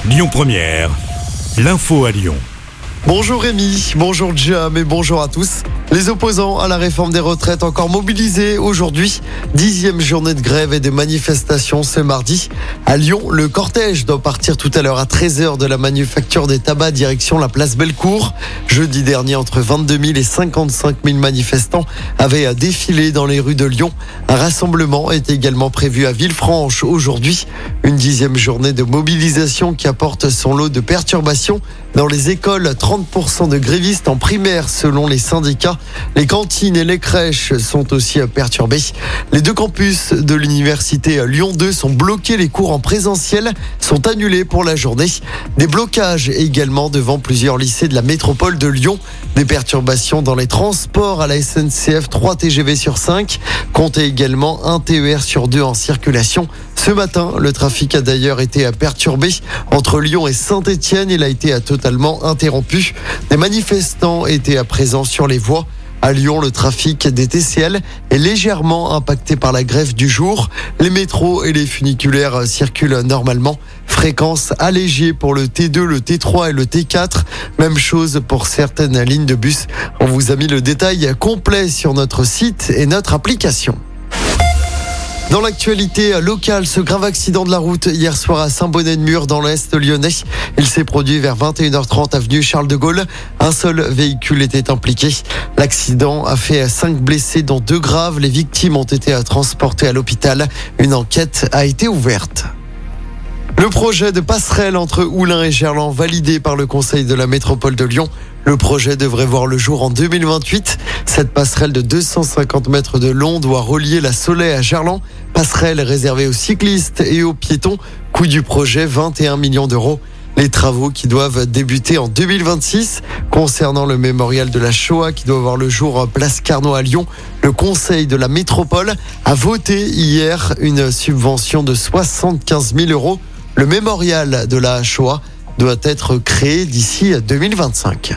Lyon Première, l'info à Lyon. Bonjour Rémi, bonjour Jam et bonjour à tous. Les opposants à la réforme des retraites encore mobilisés aujourd'hui. 10e journée de grève et de manifestation ce mardi. À Lyon, le cortège doit partir tout à l'heure à 13h de la manufacture des tabacs direction la place Bellecour. Jeudi dernier, entre 22 000 et 55 000 manifestants avaient défilé dans les rues de Lyon. Un rassemblement est également prévu à Villefranche aujourd'hui. Une 10e journée de mobilisation qui apporte son lot de perturbations. Dans les écoles, 30% de grévistes en primaire selon les syndicats. Les cantines et les crèches sont aussi perturbées. Les deux campus de l'université Lyon 2 sont bloqués. Les cours en présentiel sont annulés pour la journée. Des blocages également devant plusieurs lycées de la métropole de Lyon. Des perturbations dans les transports à la SNCF, 3 TGV sur 5. Comptez également un TER sur 2 en circulation. Ce matin, le trafic a d'ailleurs été perturbé entre Lyon et Saint-Etienne. Il a été totalement interrompu. Des manifestants étaient à présent sur les voies. À Lyon, le trafic des TCL est légèrement impacté par la grève du jour. Les métros et les funiculaires circulent normalement. Fréquence allégée pour le T2, le T3 et le T4. Même chose pour certaines lignes de bus. On vous a mis le détail complet sur notre site et notre application. Dans l'actualité locale, ce grave accident de la route hier soir à Saint-Bonnet-de-Mur dans l'Est lyonnais. Il s'est produit vers 21h30 avenue Charles de Gaulle. Un seul véhicule était impliqué. L'accident a fait 5 blessés dont 2 graves. Les victimes ont été transportées à l'hôpital. Une enquête a été ouverte. Le projet de passerelle entre Oulin et Gerland validé par le Conseil de la métropole de Lyon. Le projet devrait voir le jour en 2028. Cette passerelle de 250 mètres de long doit relier la Soleil à Gerland. Passerelle réservée aux cyclistes et aux piétons. Coût du projet, 21 millions d'euros. Les travaux qui doivent débuter en 2026. Concernant le mémorial de la Shoah qui doit voir le jour place Carnot à Lyon, le Conseil de la métropole a voté hier une subvention de 75 000 euros. Le mémorial de la Shoah doit être créé d'ici 2025.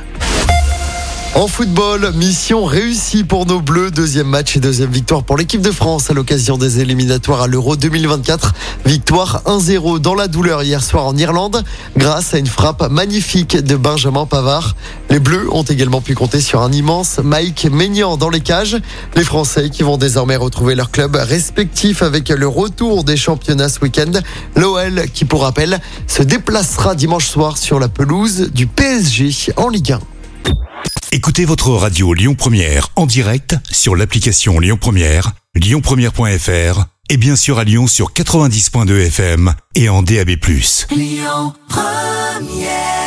En football, mission réussie pour nos Bleus. 2e match et 2e victoire pour l'équipe de France à l'occasion des éliminatoires à l'Euro 2024. Victoire 1-0 dans la douleur hier soir en Irlande grâce à une frappe magnifique de Benjamin Pavard. Les Bleus ont également pu compter sur un immense Mike Maignan dans les cages. Les Français qui vont désormais retrouver leur club respectif avec le retour des championnats ce week-end. L'OL qui, pour rappel, se déplacera dimanche soir sur la pelouse du PSG en Ligue 1. Écoutez votre radio Lyon Première en direct sur l'application Lyon Première, lyonpremière.fr et bien sûr à Lyon sur 90.2 FM et en DAB+. Lyon Première.